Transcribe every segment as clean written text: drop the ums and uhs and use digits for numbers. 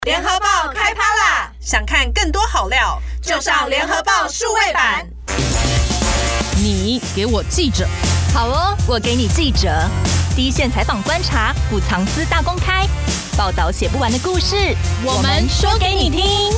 联合报开趴啦！ 想看更多好料， 就上联合报数位版。 你给我记者， 好哦，我给你记者，第一线采访观察，不藏私大公开，报道写不完的故事， 我们说给你听。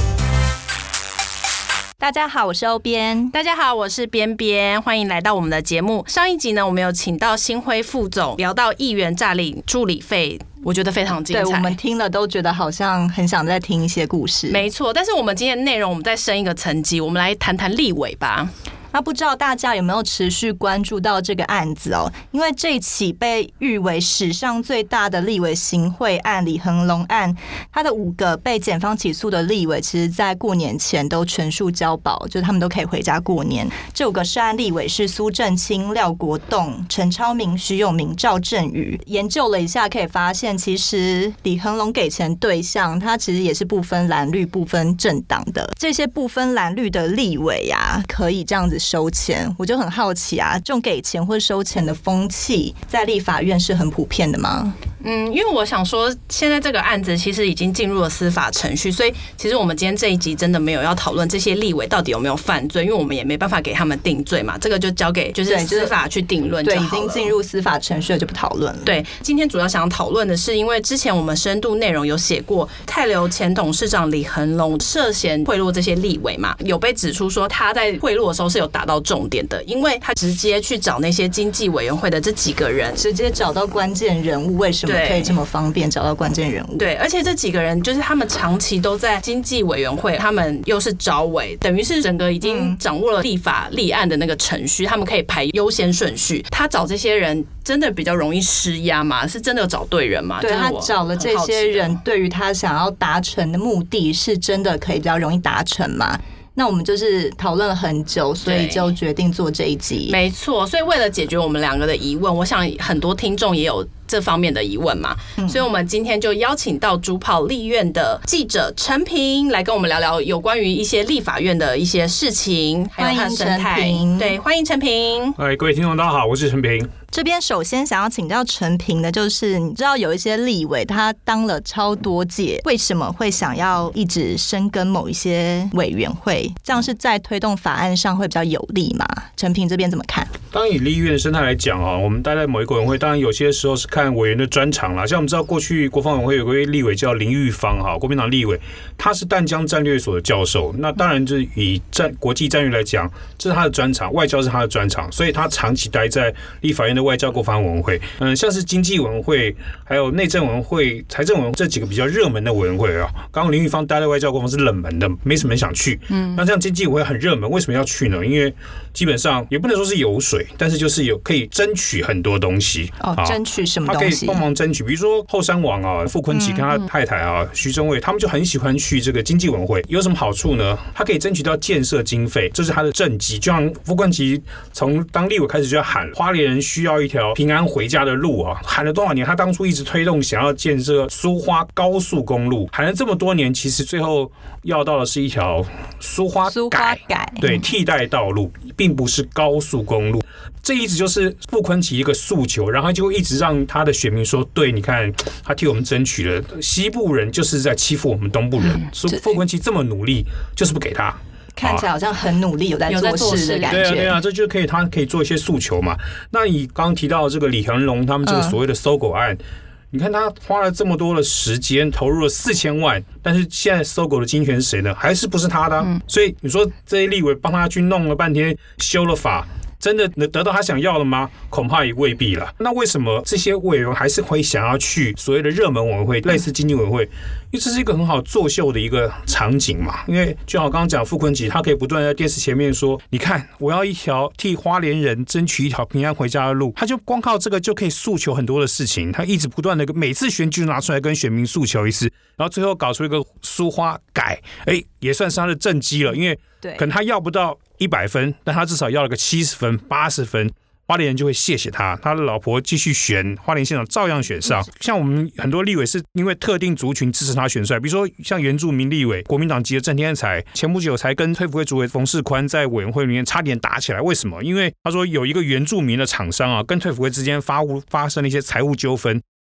大家好，我是欧编。 大家好，我是边边，欢迎来到我们的节目。上一集呢，我们有请到新辉副总聊到议员诈领助理费，我觉得非常精彩。 对，我们听了都觉得好像很想再听一些故事。 没错，但是我们今天的内容，我们再升一个层级，我们来谈谈立委吧。 那不知道大家有没有持续关注到这个案子哦？因为这起被誉为史上最大的立委行贿案——李恒龙案，他的5个被检方起诉的立委，其实在过年前都全数交保，就是他们都可以回家过年。这5个涉案立委是苏震清、廖国栋、陈超明、徐永明、赵振宇。研究了一下，可以发现，其实李恒龙给钱对象，他其实也是不分蓝绿、不分政党的。这些不分蓝绿的立委啊，可以这样子收钱，我就很好奇啊，这种给钱或收钱的风气在立法院是很普遍的吗？ 因为我想说，现在这个案子其实已经进入了司法程序，所以其实我们今天这一集真的没有要讨论这些立委到底有没有犯罪，因为我们也没办法给他们定罪嘛，这个就交给就是司法去定论就好了。 对，已经进入司法程序了，就不讨论了。 对，今天主要想讨论的是，因为之前我们深度内容有写过，泰流前董事长李恒龙涉嫌贿赂这些立委嘛，有被指出说他在贿赂的时候是有打到重点的，因为他直接去找那些经济委员会的这几个人， 直接找到关键人物，为什么可以这么方便找到关键人物？ 对，而且这几个人就是他们长期都在经济委员会，他们又是召委，等于是整个已经掌握了立法立案的那个程序，他们可以排优先顺序。他找这些人真的比较容易施压吗？是真的有找对人吗？ 对，他找了这些人，对于他想要达成的目的是真的可以比较容易达成吗？那我们就是讨论了很久，所以就决定做这一集。 没错，所以为了解决我们2个的疑问，我想很多听众也有这方面的疑问嘛，所以我们今天就邀请到主跑立院的记者陈平来跟我们聊聊有关于一些立法院的一些事情，还有它的生态。对，欢迎陈平。 各位听众大家好，我是陈平。 这边首先想要请教陈平的就是，你知道有一些立委他当了超多届，为什么会想要一直深耕某一些委员会？这样是在推动法案上会比较有利吗？陈平这边怎么看？ 当然以立院的生态来讲啊，我们待在某一个委员会，当然有些时候是看委员的专长啦。像我们知道过去国防委员会有个立委叫林玉芳哈，国民党立委，他是淡江战略所的教授。那当然就是以国际战略来讲，这是他的专长，外交是他的专长，所以他长期待在立法院的外交国防委员会。像是经济委员会、还有内政委员会、财政委员会这几个比较热门的委员会啊。刚刚林玉芳待在外交国防是冷门的，没什么人想去。那这样经济委员会很热门，为什么要去呢？因为基本上也不能说是油水，但是就是可以争取很多东西。 争取什么东西？ 他可以帮忙争取，比如说后山王啊，傅昆萁跟他太太啊，徐正伟，他们就很喜欢去这个经济委员会。有什么好处呢？他可以争取到建设经费，这是他的政绩。就像傅昆萁从当立委开始就要喊，花莲人需要一条平安回家的路啊，喊了多少年？他当初一直推动想要建设苏花高速公路，喊了这么多年，其实最后要到的是一条苏花改，对，替代道路，并不是高速公路。这一直就是傅昆萁一个诉求，然后就一直让他的选民说，对，你看他替我们争取了，西部人就是在欺负我们东部人，傅昆萁这么努力，就是不给他。 看起来好像很努力，有在做事的感觉。 对啊，这就可以，他可以做一些诉求嘛。那你刚刚提到这个李恒龙他们这个所谓的搜狗案，你看他花了这么多的时间，投入了4000万，但是现在搜狗的经权是谁呢？还是不是他的？所以你说这些立委帮他去弄了半天，修了法，真的能得到他想要的吗？恐怕也未必了。那为什么这些委员还是会想要去所谓的热门委员会，类似经济委员会？因为这是一个很好作秀的一个场景嘛。因为就像我刚刚讲，傅昆萁他可以不断在电视前面说，你看我要一条替花莲人争取一条平安回家的路，他就光靠这个就可以诉求很多的事情。他一直不断的每次选举拿出来跟选民诉求一次，然后最后搞出一个苏花改，也算是他的政绩了。因为可能他要不到100分，但他至少要了个70分、80分。花莲人就会谢谢他，他的老婆继续选花莲县长照样选上。像我们很多立委是因为特定族群支持他选出来，比如说像原住民立委国民党籍的郑天才，前不久才跟退辅会主委冯世宽在委员会里面差点打起来。为什么？因为他说有一个原住民的厂商啊，跟退辅会之间发生了一些财务纠纷，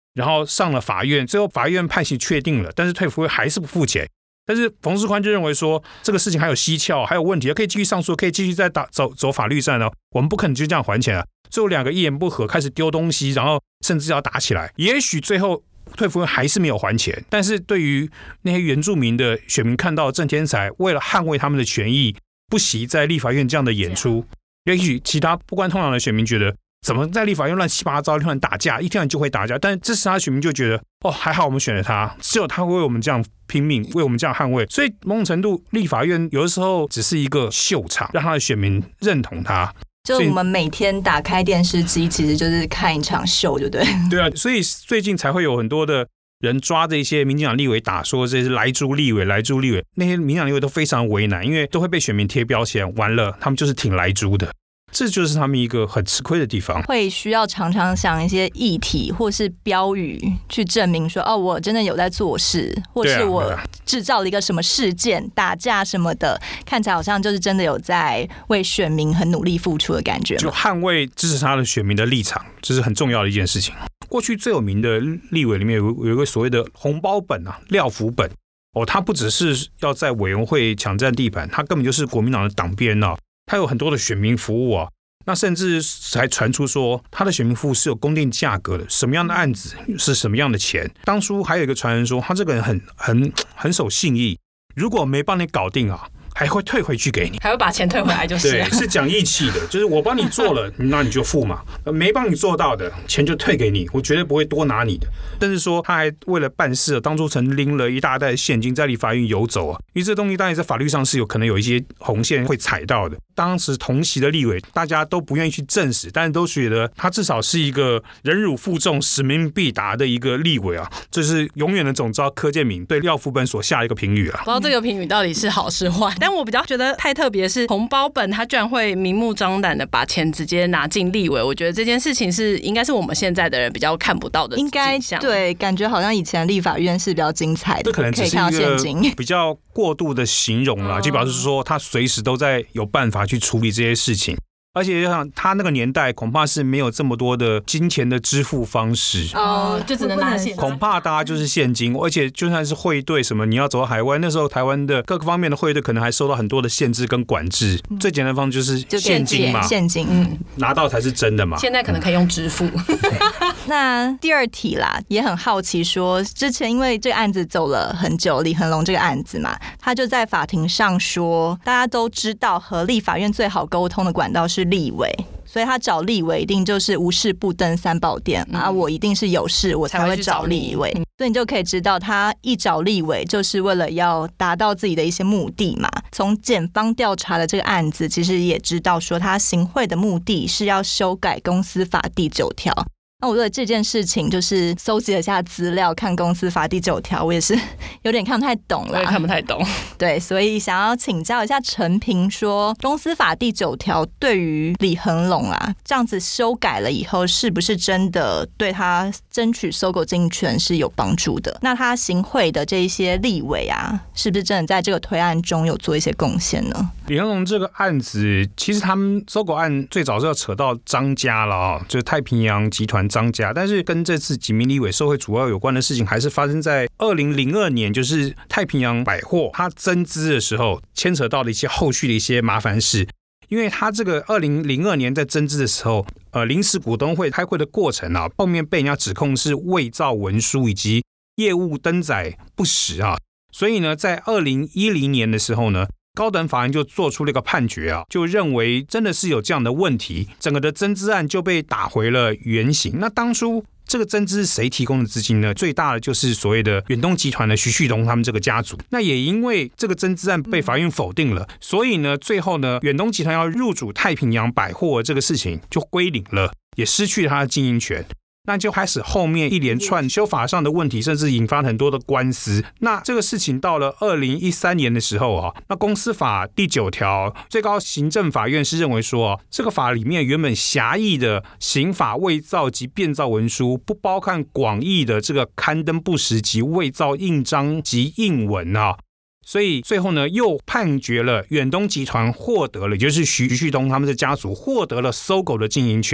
然后上了法院，最后法院判刑确定了，但是退辅会还是不付钱。但是冯世宽就认为说这个事情还有蹊跷，还有问题，可以继续上诉，可以继续再走法律战哦，我们不可能就这样还钱啊。最后两个一言不合开始丢东西，然后甚至要打起来。也许最后退辅会还是没有还钱，但是对于那些原住民的选民看到郑天才为了捍卫他们的权益，不惜在立法院这样的演出，也许其他不关痛痒的选民觉得怎么在立法院乱七八糟，突然打架，一天就会打架。但支持他的选民就觉得还好我们选了他，只有他会为我们这样拼命，为我们这样捍卫。所以某种程度，立法院有的时候只是一个秀场，让他的选民认同他。 就我们每天打开电视机，其实就是看一场秀，对不对？ 对啊，所以最近才会有很多的人抓这些民进党立委打，说这是莱猪立委，莱猪立委。那些民进党立委都非常为难，因为都会被选民贴标签，完了他们就是挺莱猪的。这就是他们一个很吃亏的地方， 会需要常常想一些议题或是标语去证明说我真的有在做事，或是我制造了一个什么事件，打架什么的，看起来好像就是真的有在为选民很努力付出的感觉， 就捍卫支持他的选民的立场，这是很重要的一件事情。过去最有名的立委里面有一个所谓的红包本廖福本他不只是要在委员会抢占地盘，他根本就是国民党的党鞭他有很多的选民服务那甚至还传出说他的选民服务是有公定价格的，什么样的案子是什么样的钱。当初还有一个传言说他这个人很守信义，如果没帮你搞定还会退回去给你， 还会把钱退回来就是对，是讲义气的，就是我帮你做了那你就付嘛，没帮你做到的钱就退给你，我绝对不会多拿你的。但是说他还为了办事当初曾拎了一大袋现金在立法院游走因为这东西当然在法律上是有可能有一些红线会踩到的。当时同席的立委大家都不愿意去证实，但是都觉得他至少是一个忍辱负重使命必达的一个立委这是永远的总召柯建铭对廖福本所下一个评语不知道这个评语到底是好是坏，但我比较觉得太特别是红包本他居然会明目张胆的把钱直接拿进立委，我觉得这件事情应该是我们现在的人比较看不到的景象。 应该对，感觉好像以前立法院是比较精彩的， 这可能只是一个比较过度的形容啦就表示说他随时都在有办法去处理这些事情。而且像他那个年代恐怕是没有这么多的金钱的支付方式就只能拿现金， 恐怕大家就是现金。而且就算是汇兑什么你要走到海外，那时候台湾的各个方面的汇兑可能还受到很多的限制跟管制，最简单的方式就是现金嘛， 现金拿到才是真的嘛。 现在可能可以用支付那第二题啦，也很好奇说之前因为这个案子走了很久，李恒龙这个案子嘛，他就在法庭上说大家都知道和立法院最好沟通的管道是立委，所以他找立委一定就是无事不登三宝殿我一定是有事我才会找立委所以你就可以知道他一找立委就是为了要达到自己的一些目的嘛。从检方调查的这个案子其实也知道说他行贿的目的是要修改公司法第9条。那我对这件事情就是搜集了一下资料，看公司法第9条，我也是有点看不太懂了， 我也看不太懂。 对，所以想要请教一下陈平说，公司法第9条对于李恒龙这样子修改了以后，是不是真的对他争取搜狗经营权是有帮助的？那他行贿的这一些立委是不是真的在这个推案中有做一些贡献呢？ 李恒龙这个案子，其实他们搜狗案最早是要扯到张家了就是太平洋集团张家，但是跟这次几名立委受贿主要有关的事情，还是发生在2002年，就是太平洋百货它增资的时候，牵扯到了一些后续的一些麻烦事。因为他这个2002年在增资的时候，临时股东会开会的过程后面被人家指控是伪造文书以及业务登载不实所以呢，在2010年的时候呢，高等法院就做出了一个判决就认为真的是有这样的问题，整个的增资案就被打回了原形。那当初这个增资是谁提供的资金呢？最大的就是所谓的远东集团的徐旭东他们这个家族。那也因为这个增资案被法院否定了，所以呢，最后呢，远东集团要入主太平洋百货这个事情就归零了，也失去了他的经营权。那就开始后面一连串修法上的问题，甚至引发很多的官司。那这个事情到了2013年的时候那公司法第9条，最高行政法院是认为说这个法里面原本狭义的刑法伪造及变造文书，不包含广义的这个刊登不实及伪造印章及印文所以最后呢，又判决了远东集团获得了，也就是徐旭东他们的家族获得了搜狗的经营权。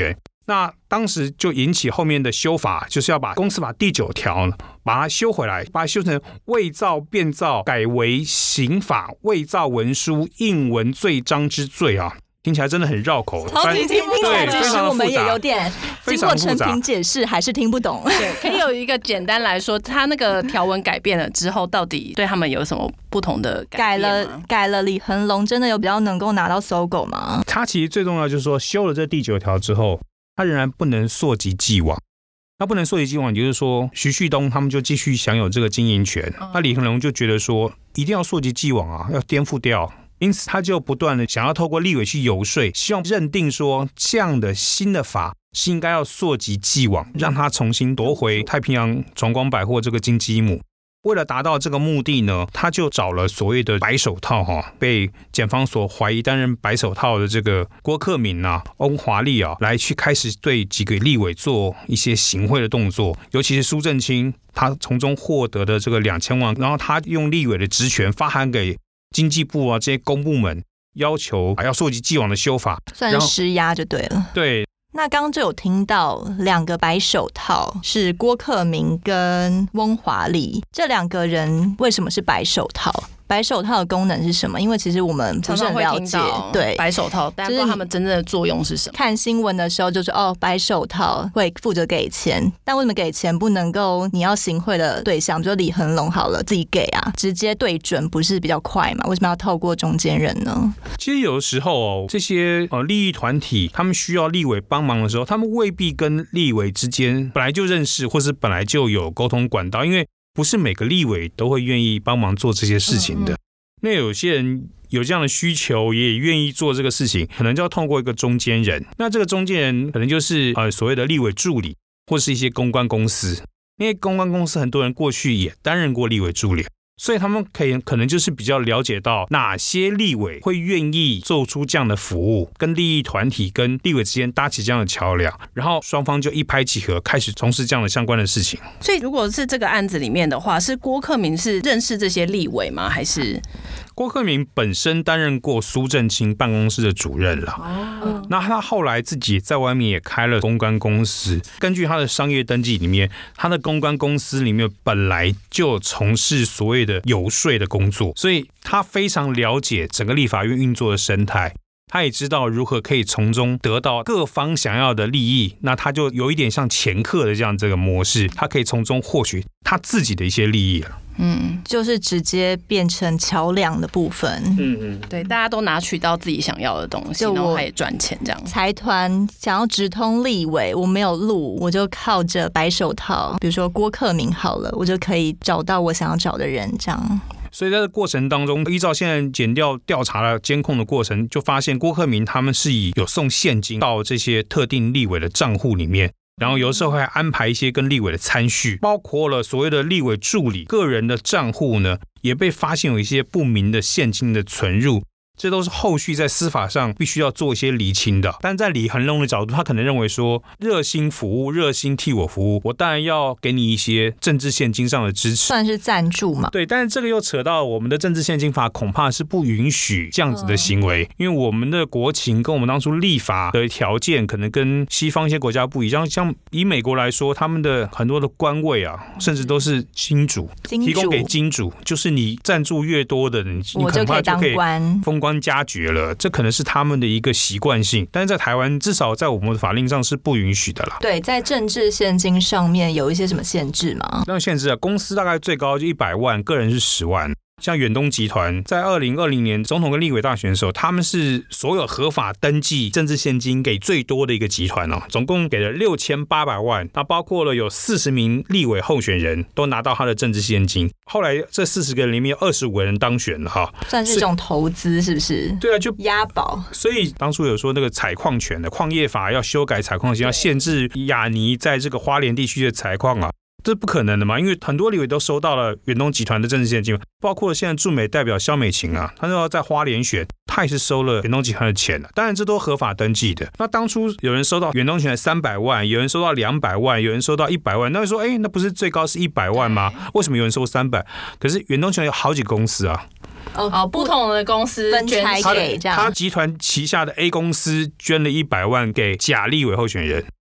那当时就引起后面的修法，就是要把公司法第9条把它修回来，把它修成伪造、变造，改为刑法伪造文书印文罪章之罪啊。听起来真的很绕口， 超级听不懂。其实我们也有点经过陈平解释，还是听不懂。 对，可以有一个简单来说，他那个条文改变了之后，到底对他们有什么不同的改变吗？ 改了，李恒龙真的有比较能够拿到搜狗吗？ 他其实最重要就是说，修了这第9条之后，他仍然不能溯及既往。那不能溯及既往，就是说徐旭东他们就继续享有这个经营权。那李恒龙就觉得说，一定要溯及既往啊，要颠覆掉。因此，他就不断的想要透过立委去游说，希望认定说这样的新的法是应该要溯及既往，让他重新夺回太平洋崇光百货这个金鸡母。为了达到这个目的呢，他就找了所谓的白手套被检方所怀疑担任白手套的这个郭克敏翁华丽来去开始对几个立委做一些行贿的动作，尤其是苏正清，他从中获得的这个2000万，然后他用立委的职权发函给经济部这些公部门，要求要溯及既往的修法， 算是施压就对了。 对。 那刚刚就有听到2个白手套是郭克明跟翁华丽，这2个人为什么是白手套？白手套的功能是什么？因为其实我们不是很了解，对白手套，但不知道他们真正的作用是什么。 看新闻的时候就是白手套会负责给钱，但为什么给钱不能够你要行贿的对象，比如说李恒龙好了，自己给啊，直接对准不是比较快嘛？为什么要透过中间人呢？ 其实有的时候这些利益团体他们需要立委帮忙的时候，他们未必跟立委之间本来就认识，或是本来就有沟通管道，因为不是每个立委都会愿意帮忙做这些事情的。那有些人有这样的需求，也愿意做这个事情，可能就要透过一个中间人。那这个中间人可能就是所谓的立委助理，或是一些公关公司。因为公关公司很多人过去也担任过立委助理，所以他们可能就是比较了解到哪些立委会愿意做出这样的服务，跟利益团体跟立委之间搭起这样的桥梁，然后双方就一拍即合，开始从事这样的相关的事情。 所以如果是这个案子里面的话，是郭克明是认识这些立委吗？还是郭克明本身担任过苏正清办公室的主任了，那他后来自己在外面也开了公关公司。根据他的商业登记里面，他的公关公司里面本来就从事所谓的游说的工作，所以他非常了解整个立法院运作的生态，他也知道如何可以从中得到各方想要的利益。那他就有一点像掮客的这个模式，他可以从中获取他自己的一些利益了。 就是直接变成桥梁的部分。 对，大家都拿取到自己想要的东西，然后他也赚钱这样。 财团想要直通立委，我没有路，我就靠着白手套，比如说郭克明好了，我就可以找到我想要找的人，这样。 所以在这过程当中，依照现在检调调查的监控的过程，就发现郭克明他们是有送现金到这些特定立委的账户里面，然后有时候还安排一些跟立委的参叙，包括了所谓的立委助理个人的账户呢，也被发现有一些不明的现金的存入。这都是后续在司法上必须要做一些厘清的。但在李恒龙的角度，他可能认为说，热心服务，热心替我服务，我当然要给你一些政治现金上的支持， 算是赞助嘛。 对，但是这个又扯到我们的政治现金法，恐怕是不允许这样子的行为，因为我们的国情跟我们当初立法的条件可能跟西方一些国家不一样。像以美国来说，他们的很多的官位甚至都是金主提供给金主，就是你赞助越多的，你恐怕就可以封官加爵了，这可能是他们的一个习惯性，但是在台湾至少在我们的法令上是不允许的啦。 对，在政治现金上面有一些什么限制吗？ 那限制公司大概最高就100万，个人是10万。像远东集团在2020年总统跟立委大选的时候，他们是所有合法登记政治现金给最多的一个集团总共给了6800万，那包括了有40名立委候选人都拿到他的政治现金。后来这40个人里面有25个人当选了算是一种投资是不是？ 对啊，就押宝。 所以当初有说那个采矿权的矿业法要修改采矿权，要限制亚泥在这个花莲地区的采矿这是不可能的嘛，因为很多立委都收到了远东集团的政治现金，包括现在驻美代表萧美琴她要在花莲选，她也是收了远东集团的钱当然这都合法登记的。那当初有人收到远东集团300万，有人收到200万，有人收到100万，那就说那不是最高是100万吗？为什么有人收300？可是远东集团有好几个公司不同的公司分拆给这样， 他集团旗下的 A 公司捐了100万给假立委候选人，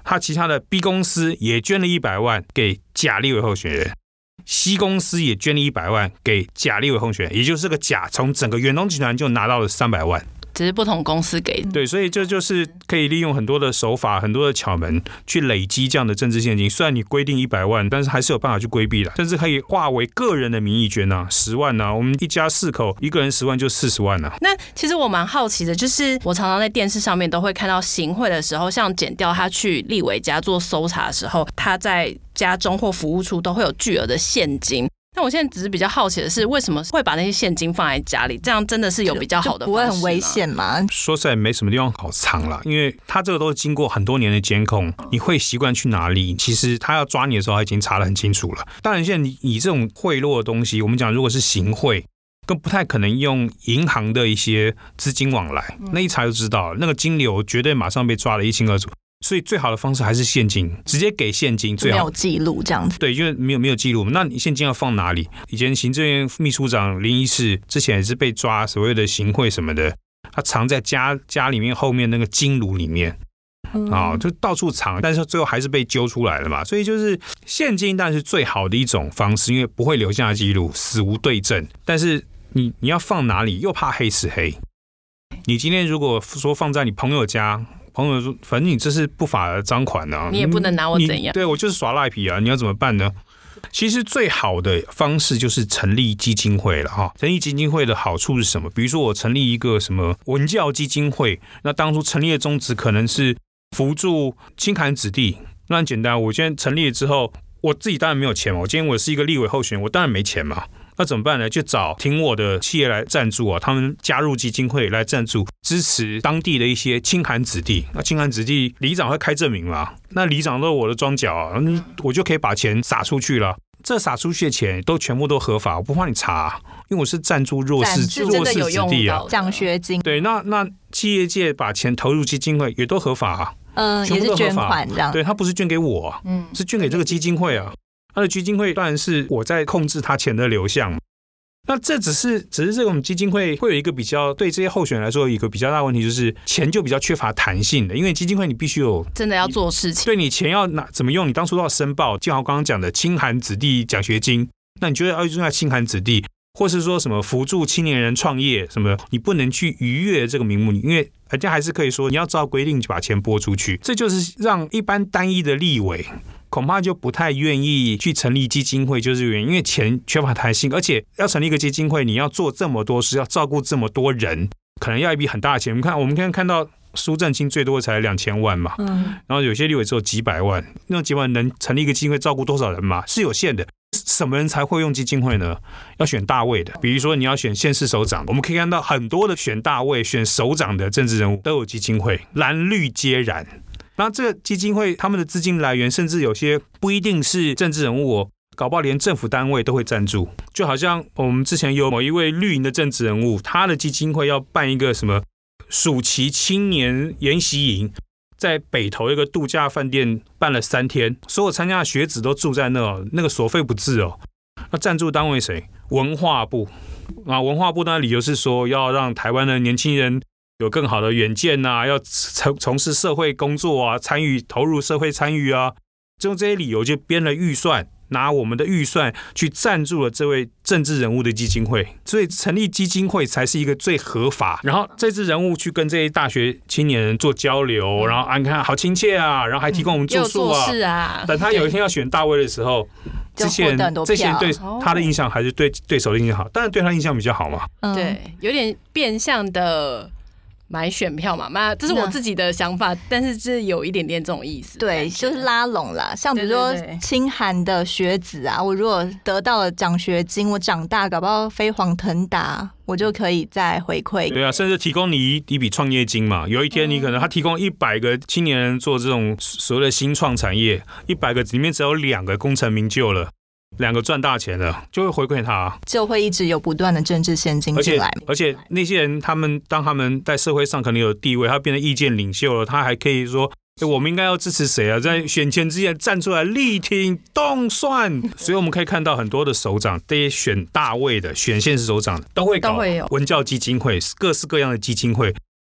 他其他的 B 公司也捐了100万给甲立委候选人，C 公司也捐了100万给甲立委候选人，也就是这个甲从整个远东集团就拿到了300万。 只是不同公司给的。 对，所以这就是可以利用很多的手法、很多的巧门去累积这样的政治现金。虽然你规定100万，但是还是有办法去规避的，甚至可以化为个人的名义捐啊，10万啊，我们一家4口，一个人10万就40万啊。 那其实我蛮好奇的，就是我常常在电视上面都会看到行贿的时候，像检调他去立委家做搜查的时候，他在家中或服务处都会有巨额的现金。那我现在只是比较好奇的是，为什么会把那些现金放在家里？这样真的是有比较好的方式吗？ 不会很危险吗？ 说实在没什么地方好藏啦，因为他这个都是经过很多年的监控，你会习惯去哪里？其实他要抓你的时候，他已经查得很清楚了。当然，现在你这种贿赂的东西，我们讲如果是行贿，更不太可能用银行的一些资金往来，那一查就知道了，那个金流绝对马上被抓得一清二楚。所以最好的方式还是现金，直接给现金最好。 没有记录这样子。 对，因为没有记录，那你现金要放哪里？以前行政院秘书长林医师之前也是被抓所谓的行贿什么的，他藏在家里面后面那个金炉里面。就到处藏，但是最后还是被揪出来了嘛。所以就是现金当然是最好的一种方式，因为不会留下记录，死无对证。但是你要放哪里，又怕黑吃黑。你今天如果说放在你朋友家，朋友说反正你这是不法的赃款啊， 你也不能拿我怎样。 对，我就是耍赖皮啊，你要怎么办呢？其实最好的方式就是成立基金会了哈。成立基金会的好处是什么？比如说我成立一个什么文教基金会，那当初成立的宗旨可能是扶助清寒子弟。那很简单，我现在成立了之后，我自己当然没有钱嘛。我今天我是一个立委候选人，我当然没钱嘛。那怎么办呢？就找挺我的企业来赞助啊，他们加入基金会来赞助，支持当地的一些清寒子弟。那清寒子弟里长会开证明嘛？那里长都是我的庄脚啊，我就可以把钱撒出去了。这撒出去的钱都全部都合法，我不帮你查，因为我是赞助弱势子弟啊， 奖学金。 对，那企业界把钱投入基金会也都合法啊， 也是捐款这样。 对，他不是捐给我，是捐给这个基金会啊。他的基金会当然是我在控制他钱的流向。那这只是这种基金会有一个比较对这些候选人来说有一个比较大的问题，就是钱就比较缺乏弹性的，因为基金会你必须有真的要做事情， 对你钱要怎么用，你当初都要申报。就好刚刚讲的清寒子弟奖学金，那你觉得要用在清寒子弟，或是说什么扶助青年人创业什么，你不能去逾越这个名目，因为人家还是可以说你要照规定就把钱拨出去。这就是让一般单一的立委恐怕就不太愿意去成立基金会，就是原因，因为钱缺乏弹性，而且要成立一个基金会，你要做这么多事，要照顾这么多人，可能要一笔很大的钱。我们看到苏震清最多才2000万嘛，然后有些立委只有几百万，那几百万能成立一个基金会照顾多少人嘛？是有限的。什么人才会用基金会呢？要选大位的，比如说你要选县市首长，我们可以看到很多的选大位、选首长的政治人物都有基金会，蓝绿皆然。那这个基金会他们的资金来源，甚至有些不一定是政治人物哦，搞不好连政府单位都会赞助。就好像我们之前有某一位绿营的政治人物，他的基金会要办一个什么暑期青年研习营，在北投一个度假饭店办了3天，所有参加的学子都住在那个所费不至哦。那赞助单位谁？文化部啊，文化部的理由是说要让台湾的年轻人有更好的远见啊，要从事社会工作啊，投入社会参与啊，用这些理由就编了预算，拿我们的预算去赞助了这位政治人物的基金会，所以成立基金会才是一个最合法。然后政治人物去跟这些大学青年人做交流，然后你看好亲切啊，然后还提供我们住宿啊。等他有一天要选大位的时候，这些人对他的印象还是对对手的印象好，当然对他印象比较好嘛。 对，有点变相的买选票嘛，这是我自己的想法，但是这有一点点这种意思。 对，就是拉拢啦。像比如说清寒的学子啊，我如果得到了奖学金，我长大搞不好飞黄腾达，我就可以再回馈。 对啊，甚至提供你一笔创业金嘛。有一天你可能他提供100个青年人做这种所谓的新创产业，100个里面只有2个功成名就了。2个赚大钱了，就会回馈他， 就会一直有不断的政治现金进来。 而且那些人，当他们在社会上可能有地位，他变成意见领袖了，他还可以说，我们应该要支持谁啊？在选前之前站出来力挺动算。所以我们可以看到很多的首长，这些选大位的、选县市首长都会搞文教基金会，各式各样的基金会。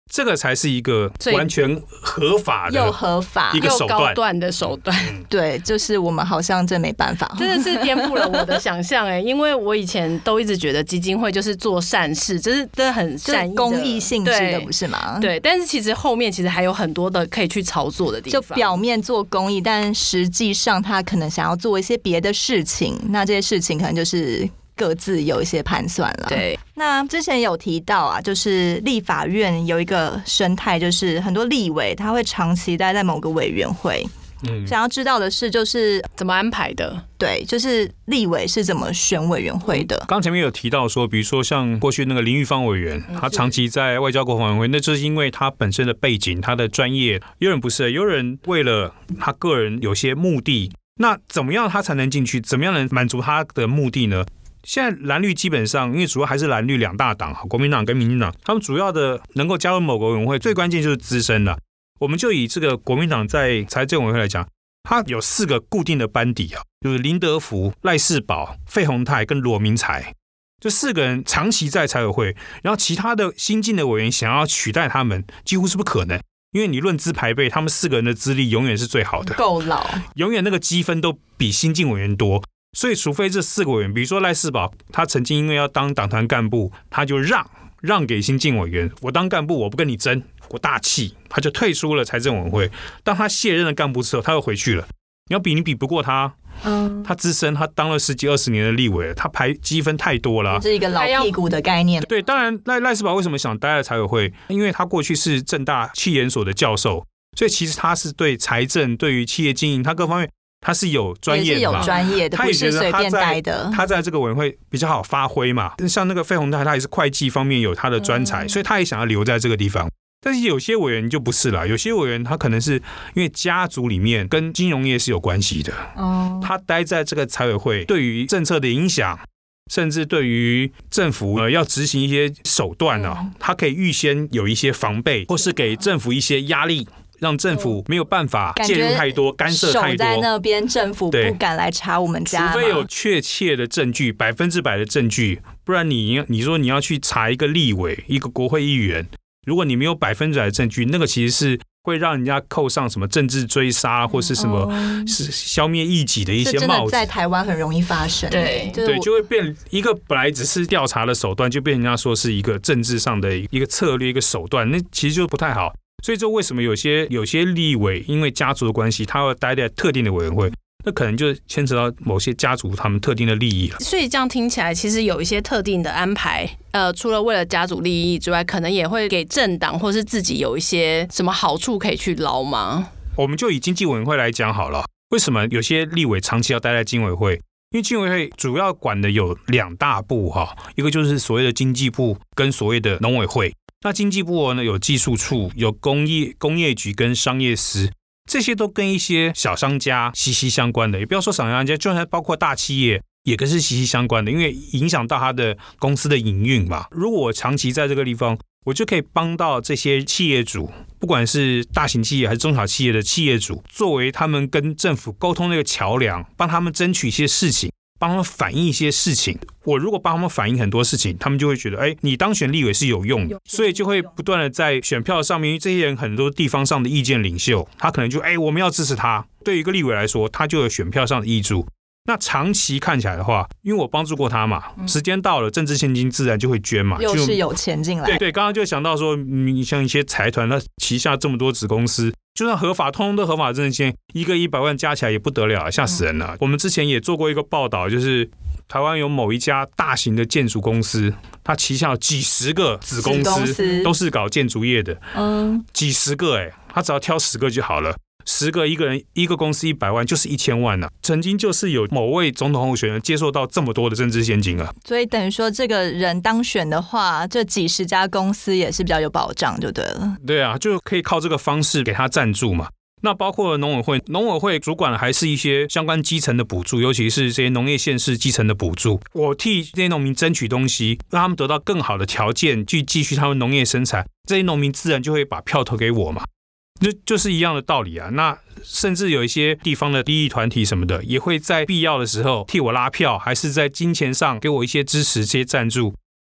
这个才是一个完全合法的又合法一个手段， 又高段的手段。 对，就是我们好像真没办法， 真的是颠覆了我的想象哎！因为我以前都一直觉得基金会就是做善事，就是真的很善意的公益性质的，不是吗？ 对，但是其实后面其实还有很多的可以去操作的地方。 就表面做公益，但实际上他可能想要做一些别的事情，那这些事情可能就是各自有一些盘算了。 对， 那之前有提到啊，就是立法院有一个生态，就是很多立委他会长期待在某个委员会。想要知道的是，就是怎么安排的？ 对，就是立委是怎么选委员会的？ 刚前面有提到说，比如说像过去那个林玉芳委员，他长期在外交国防委员会，那就是因为他本身的背景、他的专业。有人不是，有人为了他个人有些目的，那怎么样他才能进去？怎么样能满足他的目的呢？现在蓝绿基本上，因为主要还是蓝绿两大党，国民党跟民进党，他们主要的能够加入某个委员会，最关键就是资深了。我们就以这个国民党在财政委员会来讲，它有4个固定的班底啊，就是林德福、赖士葆、费鸿泰跟罗明才，这4个人长期在财委会，然后其他的新进的委员想要取代他们，几乎是不可能。因为你论资排辈，他们4个人的资历永远是最好的， 够老， 永远那个积分都比新进委员多。所以除非这4个委员，比如说赖士葆，他曾经因为要当党团干部，他就让给新进委员，我当干部我不跟你争，我大气，他就退出了财政委员会。当他卸任了干部之后，他又回去了。你比不过他，他资深，他当了10几20年的立委，他排积分太多了， 是一个老屁股的概念。 对，当然赖士葆为什么想待在财委会？因为他过去是政大企研所的教授，所以其实他是对财政、对于企业经营，他各方面他是有专业的， 也是有专业的，不是随便待的。 他在这个委员会比较好发挥嘛。像那个费鸿泰，他也是会计方面有他的专才，所以他也想要留在这个地方。但是有些委员就不是了，有些委员他可能是因为家族里面跟金融业是有关系的，他待在这个财委会，对于政策的影响，甚至对于政府要执行一些手段他可以预先有一些防备，或是给政府一些压力。让政府没有办法介入太多、干涉太多， 守在那边，政府不敢来查我们家， 除非有确切的证据，100%的证据，不然你说你要去查一个立委、一个国会议员，如果你没有100%的证据，那个其实是会让人家扣上什么政治追杀或是什么是消灭异己的一些帽子。 真的在台湾很容易发生， 对， 就会变一个本来只是调查的手段，就被人家说是一个政治上的一个策略、一个手段，那其实就不太好。所以就为什么有些立委因为家族的关系，他要待在特定的委员会，那可能就牵扯到某些家族他们特定的利益了。 所以这样听起来，其实有一些特定的安排，除了为了家族利益之外，可能也会给政党或是自己有一些什么好处可以去捞吗？ 我们就以经济委员会来讲好了，为什么有些立委长期要待在经委会？因为经委会主要管的有2大部一个就是所谓的经济部跟所谓的农委会。那经济部呢有技术处、有工业局跟商业司，这些都跟一些小商家息息相关的。也不要说小商家，就算包括大企业也跟是息息相关的，因为影响到他的公司的营运嘛。如果我长期在这个地方，我就可以帮到这些企业主，不管是大型企业还是中小企业的企业主，作为他们跟政府沟通的一个桥梁，帮他们争取一些事情，帮他们反映一些事情。我如果帮他们反映很多事情，他们就会觉得你当选立委是有用的，所以就会不断的在选票上面，因为这些人很多地方上的意见领袖，他可能就我们要支持他。对于一个立委来说，他就有选票上的挹注。那长期看起来的话，因为我帮助过他嘛，时间到了，政治现金自然就会捐嘛， 又是有钱进来。 对，刚刚就想到说，你像一些财团，他旗下这么多子公司，就算合法，通通都合法，政治现金100万加起来也不得了，吓死人了。我们之前也做过一个报道，就是台湾有某一家大型的建筑公司，它旗下有几十个子公司，都是搞建筑业的，几十个他只要挑10个就好了。10个一个人一个公司100万就是1000万了。曾经就是有某位总统候选人接受到这么多的政治现金了， 所以等于说这个人当选的话，这几十家公司也是比较有保障就对了。 对啊，就可以靠这个方式给他赞助嘛。那包括农委会主管还是一些相关基层的补助，尤其是这些农业县市基层的补助，我替这些农民争取东西，让他们得到更好的条件去继续他们农业生产，这些农民自然就会把票投给我嘛。就是一样的道理啊。那甚至有一些地方的利益团体什么的，也会在必要的时候替我拉票，还是在金钱上给我一些支持、这些赞助。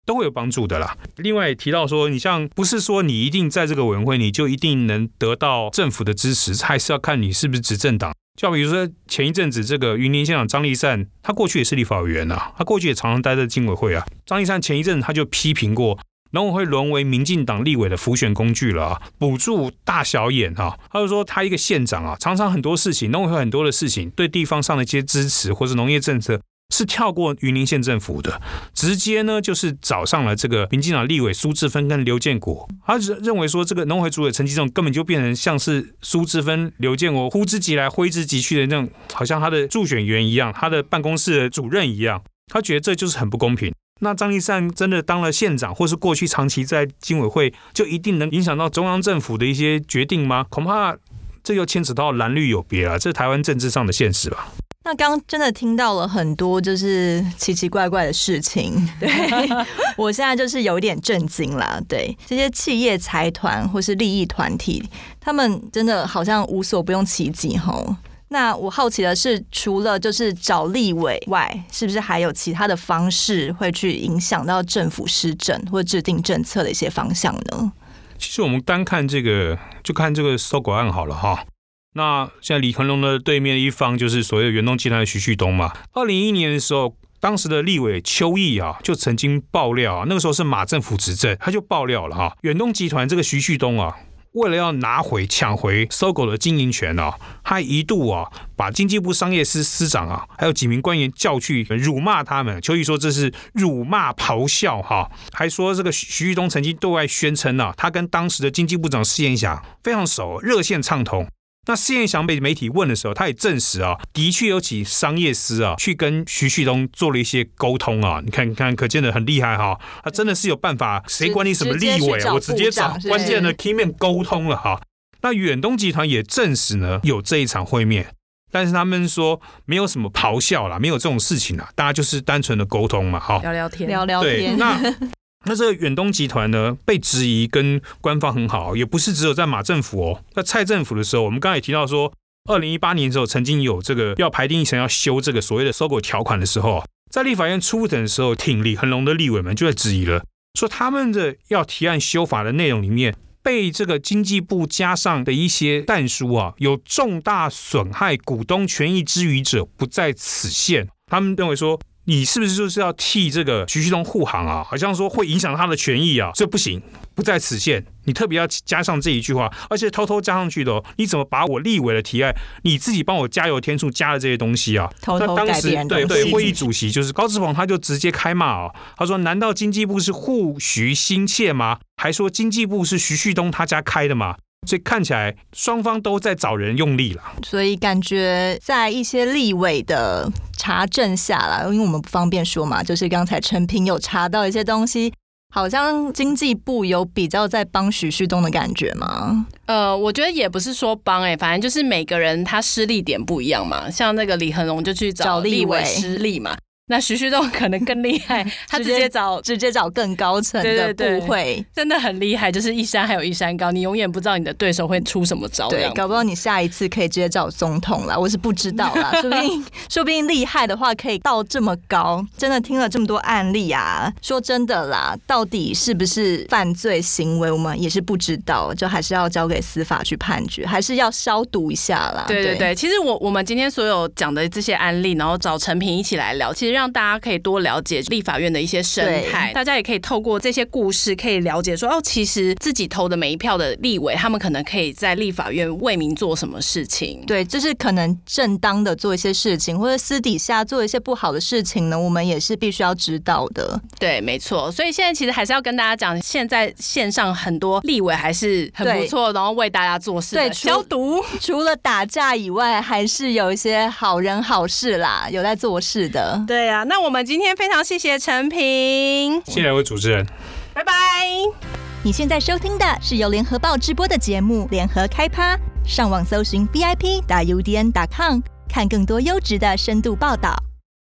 都会有帮助的啦。另外也提到说，你像不是说你一定在这个委员会你就一定能得到政府的支持，还是要看你是不是执政党。就比如说前一阵子这个云林县长张丽善，他过去也是立法委员啊，他过去也常常待在经委会啊。张丽善前一阵他就批评过农委会沦为民进党立委的辅选工具了啊，补助大小眼啊。他就说他一个县长啊，常常很多事情，农委会很多的事情对地方上的一些支持或是农业政策是跳过云林县政府的，直接呢就是找上了这个民进党立委苏治芬跟刘建国。他认为说这个农委会主委陈吉仲根本就变成像是苏治芬、刘建国呼之即来挥之即去的那种，好像他的助选员一样，他的办公室的主任一样。他觉得这就是很不公平。那张丽善真的当了县长，或是过去长期在经委会，就一定能影响到中央政府的一些决定吗？恐怕这又牵扯到蓝绿有别了，这是台湾政治上的现实吧。 那刚刚真的听到了很多就是奇奇怪怪的事情，对我现在就是有一点震惊啦。对这些企业财团或是利益团体，他们真的好像无所不用其极吼。那我好奇的是，除了就是找立委外，是不是还有其他的方式会去影响到政府施政或制定政策的一些方向呢？ 其实我们单看这个，就看这个搜狗案好了哈。那现在李恒龙的对面的一方就是所谓的远东集团的徐旭东嘛。2011年的时候，当时的立委邱毅啊，就曾经爆料啊，那个时候是马政府执政，他就爆料了哈，远东集团这个徐旭东啊，为了要抢回搜狗的经营权啊，他一度啊把经济部商业司司长啊，还有几名官员叫去辱骂他们。邱毅说这是辱骂咆哮哈，还说这个徐旭东曾经对外宣称啊，他跟当时的经济部长施彦祥非常熟，热线畅通。那施彦祥被媒体问的时候，他也证实啊，的确有起商业司啊去跟徐旭东做了一些沟通啊。你看，可见得很厉害哈，他真的是有办法，谁管你什么立委啊，我直接找关键的 key man 沟通了哈。那远东集团也证实呢有这一场会面，但是他们说没有什么咆哮啦，没有这种事情啦，大家就是单纯的沟通嘛，哈， 聊聊天。 对，那这个远东集团呢，被质疑跟官方很好，也不是只有在马政府哦，在蔡政府的时候，我们刚才也提到说，2018年的时候曾经有这个要排定议程要修这个所谓的搜狗条款的时候，在立法院初审的时候，挺李恒龙的立委们就在质疑了，说他们的要提案修法的内容里面，被这个经济部加上的一些但书啊，有重大损害股东权益之余者，不在此限。他们认为说，你是不是就是要替这个徐旭东护航啊？好像说会影响他的权益啊，这不行，不在此限。你特别要加上这一句话，而且偷偷加上去的哦。你怎么把我立委的提案，你自己帮我加油添醋加了这些东西啊？ 偷偷改变东西。 对，会议主席就是高志鹏，他就直接开骂啊。他说：“难道经济部是护徐心切吗？还说经济部是徐旭东他家开的吗？”所以看起来双方都在找人用力了， 所以感觉在一些立委的查证下啦，因为我们不方便说嘛，就是刚才陈平有查到一些东西，好像经济部有比较在帮徐旭东的感觉吗？ 我觉得也不是说帮反正就是每个人他施力点不一样嘛，像那个李恒龙就去找立委施力嘛。那徐旭东可能更厉害，他直接找更高层的部会， 对， 真的很厉害，就是一山还有一山高，你永远不知道你的对手会出什么招。 对，搞不好你下一次可以直接找总统啦，我是不知道啦，说不定厉害的话可以到这么高。真的听了这么多案例啊，说真的啦，到底是不是犯罪行为，我们也是不知道，就还是要交给司法去判决，还是要消毒一下啦。 对，其实我们今天所有讲的这些案例，然后找陈平一起来聊，其实让大家可以多了解立法院的一些生态，大家也可以透过这些故事可以了解说，其实自己投的每一票的立委，他们可能可以在立法院为民做什么事情。 对，就是可能正当的做一些事情，或者私底下做一些不好的事情呢，我们也是必须要知道的。 对，没错。所以现在其实还是要跟大家讲，现在线上很多立委还是很不错，然后为大家做事的， 对，消毒。除了打架以外，还是有一些好人好事啦，有在做事的。 对啊，那我们今天非常谢谢陈平， 谢谢两位主持人， 拜拜。 你现在收听的是由联合报直播的节目《联合开趴》，上网搜寻 VIP.udn.com， 看更多优质的深度报道。